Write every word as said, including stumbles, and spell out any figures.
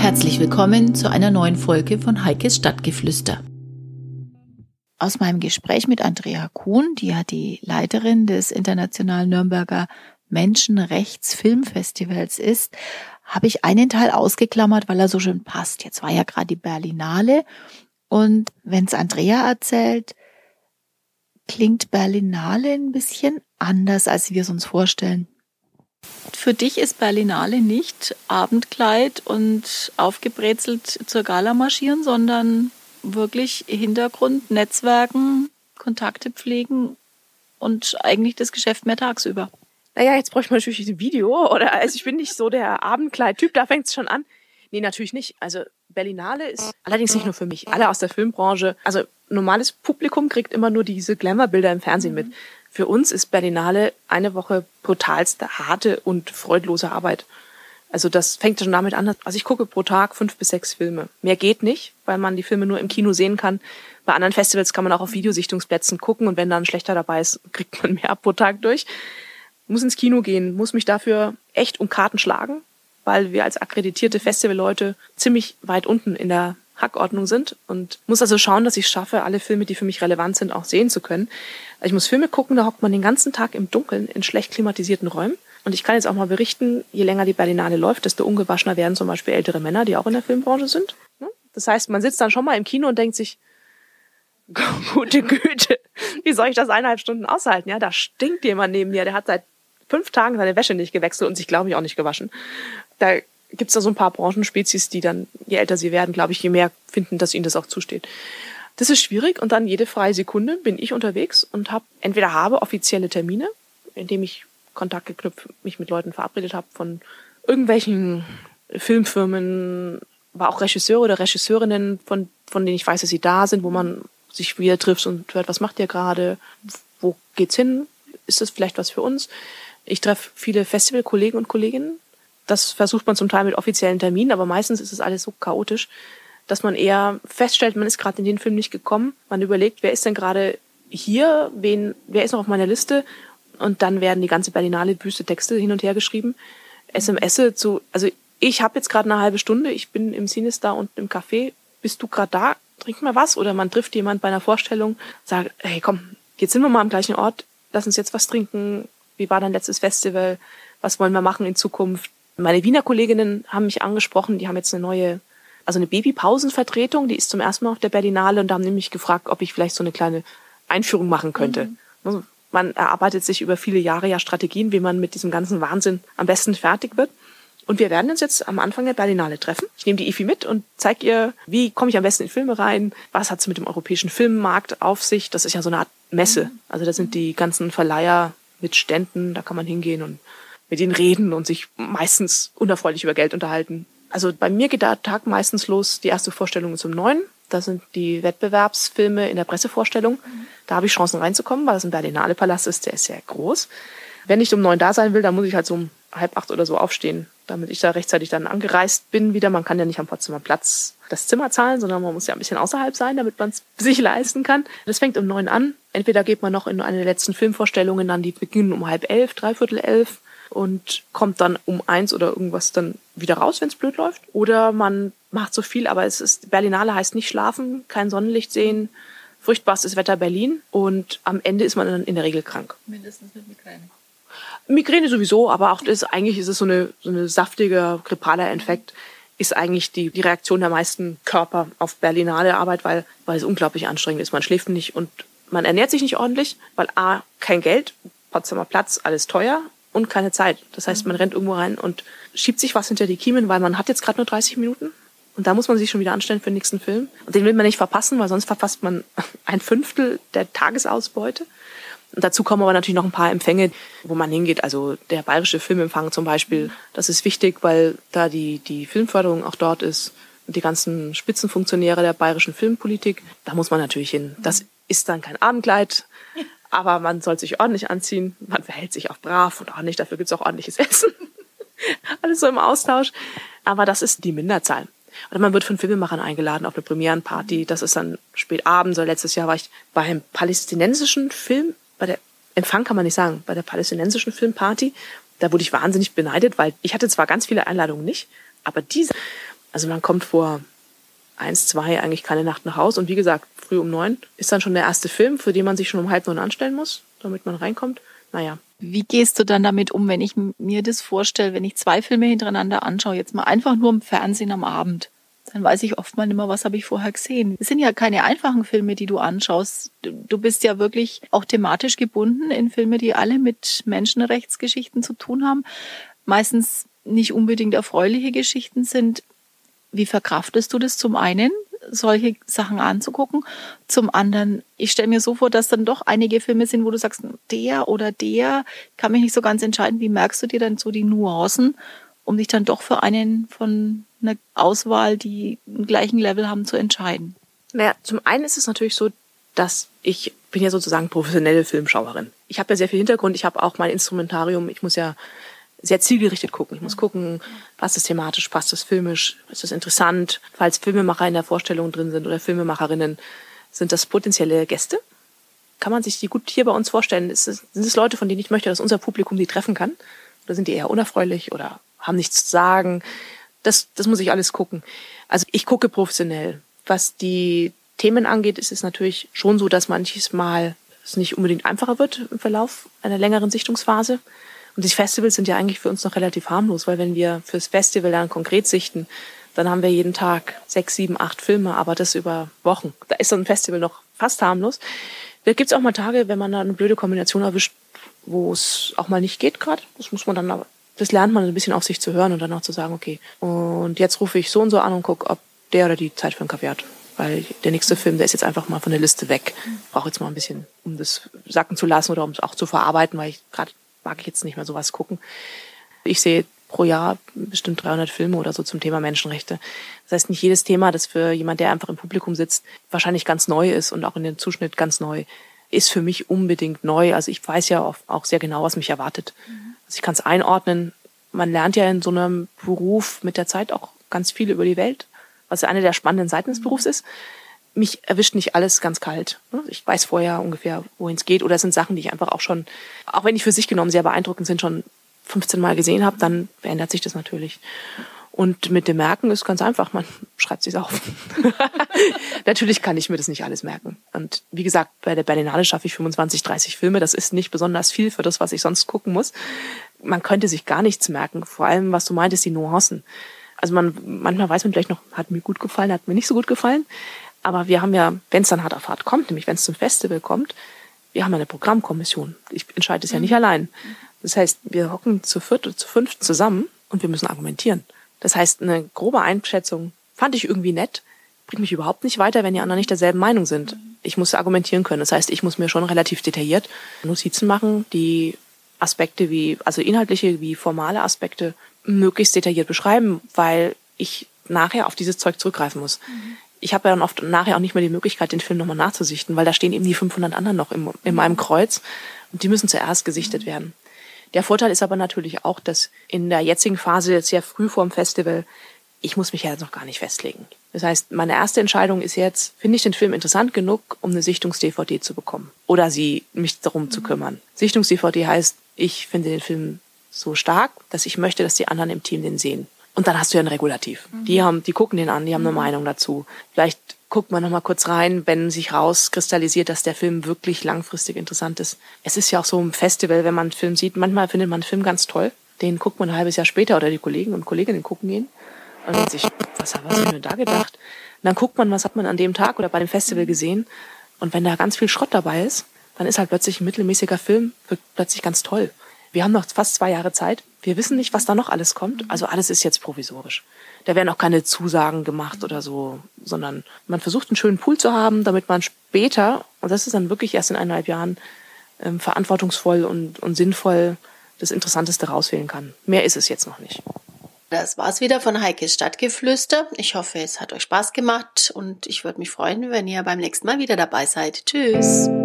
Herzlich willkommen zu einer neuen Folge von Heikes Stadtgeflüster. Aus meinem Gespräch mit Andrea Kuhn, die ja die Leiterin des Internationalen Nürnberger Menschenrechtsfilmfestivals ist, habe ich einen Teil ausgeklammert, weil er so schön passt. Jetzt war ja gerade die Berlinale und wenn es Andrea erzählt, klingt Berlinale ein bisschen anders, als wir es uns vorstellen. Für dich ist Berlinale nicht Abendkleid und aufgebrezelt zur Gala marschieren, sondern wirklich Hintergrund, Netzwerken, Kontakte pflegen und eigentlich das Geschäft mehr tagsüber. Naja, jetzt bräuchte man natürlich ein Video, oder? Also ich bin nicht so der Abendkleid-Typ, da fängt es schon an. Nee, natürlich nicht. Also Berlinale ist allerdings nicht nur für mich. Alle aus der Filmbranche, also normales Publikum kriegt immer nur diese Glamour-Bilder im Fernsehen mit. Für uns ist Berlinale eine Woche brutalste, harte und freudlose Arbeit. Also das fängt schon damit an. Also ich gucke pro Tag fünf bis sechs Filme. Mehr geht nicht, weil man die Filme nur im Kino sehen kann. Bei anderen Festivals kann man auch auf Videosichtungsplätzen gucken und wenn da ein schlechter dabei ist, kriegt man mehr pro Tag durch. Muss ins Kino gehen, muss mich dafür echt um Karten schlagen, weil wir als akkreditierte Festivalleute ziemlich weit unten in der Hackordnung sind und muss also schauen, dass ich es schaffe, alle Filme, die für mich relevant sind, auch sehen zu können. Also ich muss Filme gucken, da hockt man den ganzen Tag im Dunkeln in schlecht klimatisierten Räumen. Und ich kann jetzt auch mal berichten, je länger die Berlinale läuft, desto ungewaschener werden zum Beispiel ältere Männer, die auch in der Filmbranche sind. Das heißt, man sitzt dann schon mal im Kino und denkt sich, gute Güte, wie soll ich das eineinhalb Stunden aushalten? Ja, da stinkt jemand neben mir, der hat seit fünf Tagen seine Wäsche nicht gewechselt und sich, glaube ich, auch nicht gewaschen. Da gibt's da so ein paar Branchenspezies, die dann, je älter sie werden, glaube ich, je mehr finden, dass ihnen das auch zusteht. Das ist schwierig und dann jede freie Sekunde bin ich unterwegs und habe entweder habe offizielle Termine, indem ich Kontakt geknüpft, mich mit Leuten verabredet habe von irgendwelchen Filmfirmen, aber auch Regisseure oder Regisseurinnen, von, von denen ich weiß, dass sie da sind, wo man sich wieder trifft und hört, was macht ihr gerade, wo geht's hin, ist das vielleicht was für uns? Ich treffe viele Festivalkollegen und Kolleginnen. Das versucht man zum Teil mit offiziellen Terminen, aber meistens ist es alles so chaotisch, dass man eher feststellt, man ist gerade in den Film nicht gekommen. Man überlegt, wer ist denn gerade hier, wen, wer ist noch auf meiner Liste? Und dann werden die ganze Berlinale Büste Texte hin und her geschrieben. S M S zu, also ich habe jetzt gerade eine halbe Stunde, ich bin im Cinestar und im Café. Bist du gerade da? Trink mal was? Oder man trifft jemand bei einer Vorstellung, sagt, hey komm, jetzt sind wir mal am gleichen Ort, lass uns jetzt was trinken. Wie war dein letztes Festival? Was wollen wir machen in Zukunft? Meine Wiener Kolleginnen haben mich angesprochen, die haben jetzt eine neue, also eine Babypausenvertretung, die ist zum ersten Mal auf der Berlinale und da haben die mich gefragt, ob ich vielleicht so eine kleine Einführung machen könnte. Mhm. Also man erarbeitet sich über viele Jahre ja Strategien, wie man mit diesem ganzen Wahnsinn am besten fertig wird. Und wir werden uns jetzt am Anfang der Berlinale treffen. Ich nehme die Ifi mit und zeige ihr, wie komme ich am besten in Filme rein, was hat es mit dem europäischen Filmmarkt auf sich. Das ist ja so eine Art Messe. Also da sind die ganzen Verleiher mit Ständen, da kann man hingehen und mit ihnen reden und sich meistens unerfreulich über Geld unterhalten. Also bei mir geht der Tag meistens los, die erste Vorstellung ist um neun. Da sind die Wettbewerbsfilme in der Pressevorstellung. Da habe ich Chancen reinzukommen, weil das ein Berlinale-Palast ist, der ist sehr groß. Wenn ich um neun da sein will, dann muss ich halt so um halb acht oder so aufstehen, damit ich da rechtzeitig dann angereist bin wieder. Man kann ja nicht am Potsdamer Platz das Zimmer zahlen, sondern man muss ja ein bisschen außerhalb sein, damit man es sich leisten kann. Das fängt um neun an. Entweder geht man noch in eine der letzten Filmvorstellungen, dann die beginnen um halb elf, dreiviertel elf und kommt dann um eins oder irgendwas dann wieder raus, wenn es blöd läuft. Oder man macht so viel, aber es ist, Berlinale heißt nicht schlafen, kein Sonnenlicht sehen, furchtbarstes Wetter Berlin und am Ende ist man dann in der Regel krank. Mindestens mit Migräne. Migräne sowieso, aber auch das, eigentlich ist es so eine, so eine saftige, grippaler Infekt, ist eigentlich die, die Reaktion der meisten Körper auf Berlinale Arbeit, weil, weil es unglaublich anstrengend ist. Man schläft nicht und man ernährt sich nicht ordentlich, weil A, kein Geld, Potsdamer Platz, alles teuer und keine Zeit. Das heißt, man rennt irgendwo rein und schiebt sich was hinter die Kiemen, weil man hat jetzt gerade nur dreißig Minuten und da muss man sich schon wieder anstellen für den nächsten Film. Und den will man nicht verpassen, weil sonst verpasst man ein Fünftel der Tagesausbeute. Und dazu kommen aber natürlich noch ein paar Empfänge, wo man hingeht. Also der Bayerische Filmempfang zum Beispiel, das ist wichtig, weil da die, die Filmförderung auch dort ist. Und die ganzen Spitzenfunktionäre der bayerischen Filmpolitik, da muss man natürlich hin. Das ist dann kein Abendkleid, aber man soll sich ordentlich anziehen. Man verhält sich auch brav und ordentlich, dafür gibt's auch ordentliches Essen. Alles so im Austausch. Aber das ist die Minderzahl. Oder man wird von Filmemachern eingeladen auf eine Premierenparty. Das ist dann spät abends. Oder letztes Jahr war ich bei einem palästinensischen Film, bei der Empfang kann man nicht sagen, bei der palästinensischen Filmparty. Da wurde ich wahnsinnig beneidet, weil ich hatte zwar ganz viele Einladungen nicht, aber diese, Also man kommt vor eins, zwei eigentlich keine Nacht nach Hause. Und wie gesagt, früh um neun ist dann schon der erste Film, für den man sich schon um halb neun anstellen muss, damit man reinkommt. Naja. Wie gehst du dann damit um, wenn ich mir das vorstelle, wenn ich zwei Filme hintereinander anschaue, jetzt mal einfach nur im Fernsehen am Abend? Dann weiß ich oft mal nicht mehr, was habe ich vorher gesehen. Es sind ja keine einfachen Filme, die du anschaust. Du bist ja wirklich auch thematisch gebunden in Filme, die alle mit Menschenrechtsgeschichten zu tun haben. Meistens nicht unbedingt erfreuliche Geschichten sind. Wie verkraftest du das zum einen, solche Sachen anzugucken? Zum anderen, ich stelle mir so vor, dass dann doch einige Filme sind, wo du sagst, der oder der, kann mich nicht so ganz entscheiden. Wie merkst du dir dann so die Nuancen, um dich dann doch für einen von einer Auswahl, die einen gleichen Level haben, zu entscheiden? Naja, zum einen ist es natürlich so, dass ich bin ja sozusagen professionelle Filmschauerin. Ich habe ja sehr viel Hintergrund, ich habe auch mein Instrumentarium, ich muss ja sehr zielgerichtet gucken. Ich muss gucken, passt es thematisch, passt es filmisch, ist es interessant. Falls Filmemacher in der Vorstellung drin sind oder Filmemacherinnen, sind das potenzielle Gäste. Kann man sich die gut hier bei uns vorstellen? Ist es, sind es Leute, von denen ich möchte, dass unser Publikum die treffen kann? Oder sind die eher unerfreulich oder haben nichts zu sagen? Das, das muss ich alles gucken. Also ich gucke professionell. Was die Themen angeht, ist es natürlich schon so, dass manches Mal es nicht unbedingt einfacher wird im Verlauf einer längeren Sichtungsphase. Und die Festivals sind ja eigentlich für uns noch relativ harmlos, weil wenn wir fürs Festival dann konkret sichten, dann haben wir jeden Tag sechs, sieben, acht Filme, aber das über Wochen. Da ist so ein Festival noch fast harmlos. Da gibt's auch mal Tage, wenn man da eine blöde Kombination erwischt, wo es auch mal nicht geht gerade. Das muss man dann aber, das lernt man ein bisschen auf sich zu hören und dann auch zu sagen, okay, und jetzt rufe ich so und so an und gucke, ob der oder die Zeit für einen Kaffee hat. Weil der nächste Film, der ist jetzt einfach mal von der Liste weg. Ich brauche jetzt mal ein bisschen, um das sacken zu lassen oder um es auch zu verarbeiten, weil ich gerade mag ich jetzt nicht mehr sowas gucken. Ich sehe pro Jahr bestimmt dreihundert Filme oder so zum Thema Menschenrechte. Das heißt, nicht jedes Thema, das für jemand, der einfach im Publikum sitzt, wahrscheinlich ganz neu ist und auch in dem Zuschnitt ganz neu, ist für mich unbedingt neu. Also ich weiß ja auch sehr genau, was mich erwartet. Also ich kann es einordnen. Man lernt ja in so einem Beruf mit der Zeit auch ganz viel über die Welt, was ja eine der spannenden Seiten des Berufs ist. Mich erwischt nicht alles ganz kalt. Ich weiß vorher ungefähr, wohin es geht. Oder es sind Sachen, die ich einfach auch schon, auch wenn die für sich genommen sehr beeindruckend sind, schon fünfzehn Mal gesehen habe, dann verändert sich das natürlich. Und mit dem Merken ist ganz einfach, man schreibt sich's auf. Natürlich kann ich mir das nicht alles merken. Und wie gesagt, bei der Berlinale schaffe ich fünfundzwanzig, dreißig Filme. Das ist nicht besonders viel für das, was ich sonst gucken muss. Man könnte sich gar nichts merken. Vor allem, was du meintest, die Nuancen. Also man, manchmal weiß man vielleicht noch, hat mir gut gefallen, hat mir nicht so gut gefallen. Aber wir haben ja, wenn es dann hart auf hart kommt, nämlich wenn es zum Festival kommt, wir haben eine Programmkommission. Ich entscheide es ja nicht allein. Das heißt, wir hocken zu viert oder zu fünft zusammen und wir müssen argumentieren. Das heißt, eine grobe Einschätzung fand ich irgendwie nett, bringt mich überhaupt nicht weiter, wenn die anderen nicht derselben Meinung sind. Ich muss argumentieren können. Das heißt, ich muss mir schon relativ detailliert Notizen machen, die Aspekte wie, also inhaltliche wie formale Aspekte möglichst detailliert beschreiben, weil ich nachher auf dieses Zeug zurückgreifen muss. Mhm. Ich habe ja dann oft nachher auch nicht mehr die Möglichkeit, den Film nochmal nachzusichten, weil da stehen eben die fünfhundert anderen noch im, in meinem Kreuz und die müssen zuerst gesichtet werden. Der Vorteil ist aber natürlich auch, dass in der jetzigen Phase, sehr früh vor dem Festival, ich muss mich ja jetzt noch gar nicht festlegen. Das heißt, meine erste Entscheidung ist jetzt, finde ich den Film interessant genug, um eine Sichtungs-D V D zu bekommen oder sie mich darum zu kümmern. Sichtungs-D V D heißt, ich finde den Film so stark, dass ich möchte, dass die anderen im Team den sehen. Und dann hast du ja ein Regulativ. Mhm. Die haben, die gucken den an, die haben eine Meinung dazu. Vielleicht guckt man noch mal kurz rein, wenn sich rauskristallisiert, dass der Film wirklich langfristig interessant ist. Es ist ja auch so im Festival, wenn man einen Film sieht, manchmal findet man einen Film ganz toll. Den guckt man ein halbes Jahr später oder die Kollegen und Kolleginnen gucken ihn und denkt sich, was habe ich mir da gedacht? Und dann guckt man, was hat man an dem Tag oder bei dem Festival gesehen. Und wenn da ganz viel Schrott dabei ist, dann ist halt plötzlich ein mittelmäßiger Film plötzlich ganz toll. Wir haben noch fast zwei Jahre Zeit. Wir wissen nicht, was da noch alles kommt. Also alles ist jetzt provisorisch. Da werden auch keine Zusagen gemacht oder so, sondern man versucht, einen schönen Pool zu haben, damit man später, und das ist dann wirklich erst in eineinhalb Jahren, ähm, verantwortungsvoll und, und sinnvoll das Interessanteste rauswählen kann. Mehr ist es jetzt noch nicht. Das war's wieder von Heikes Stadtgeflüster. Ich hoffe, es hat euch Spaß gemacht und ich würde mich freuen, wenn ihr beim nächsten Mal wieder dabei seid. Tschüss!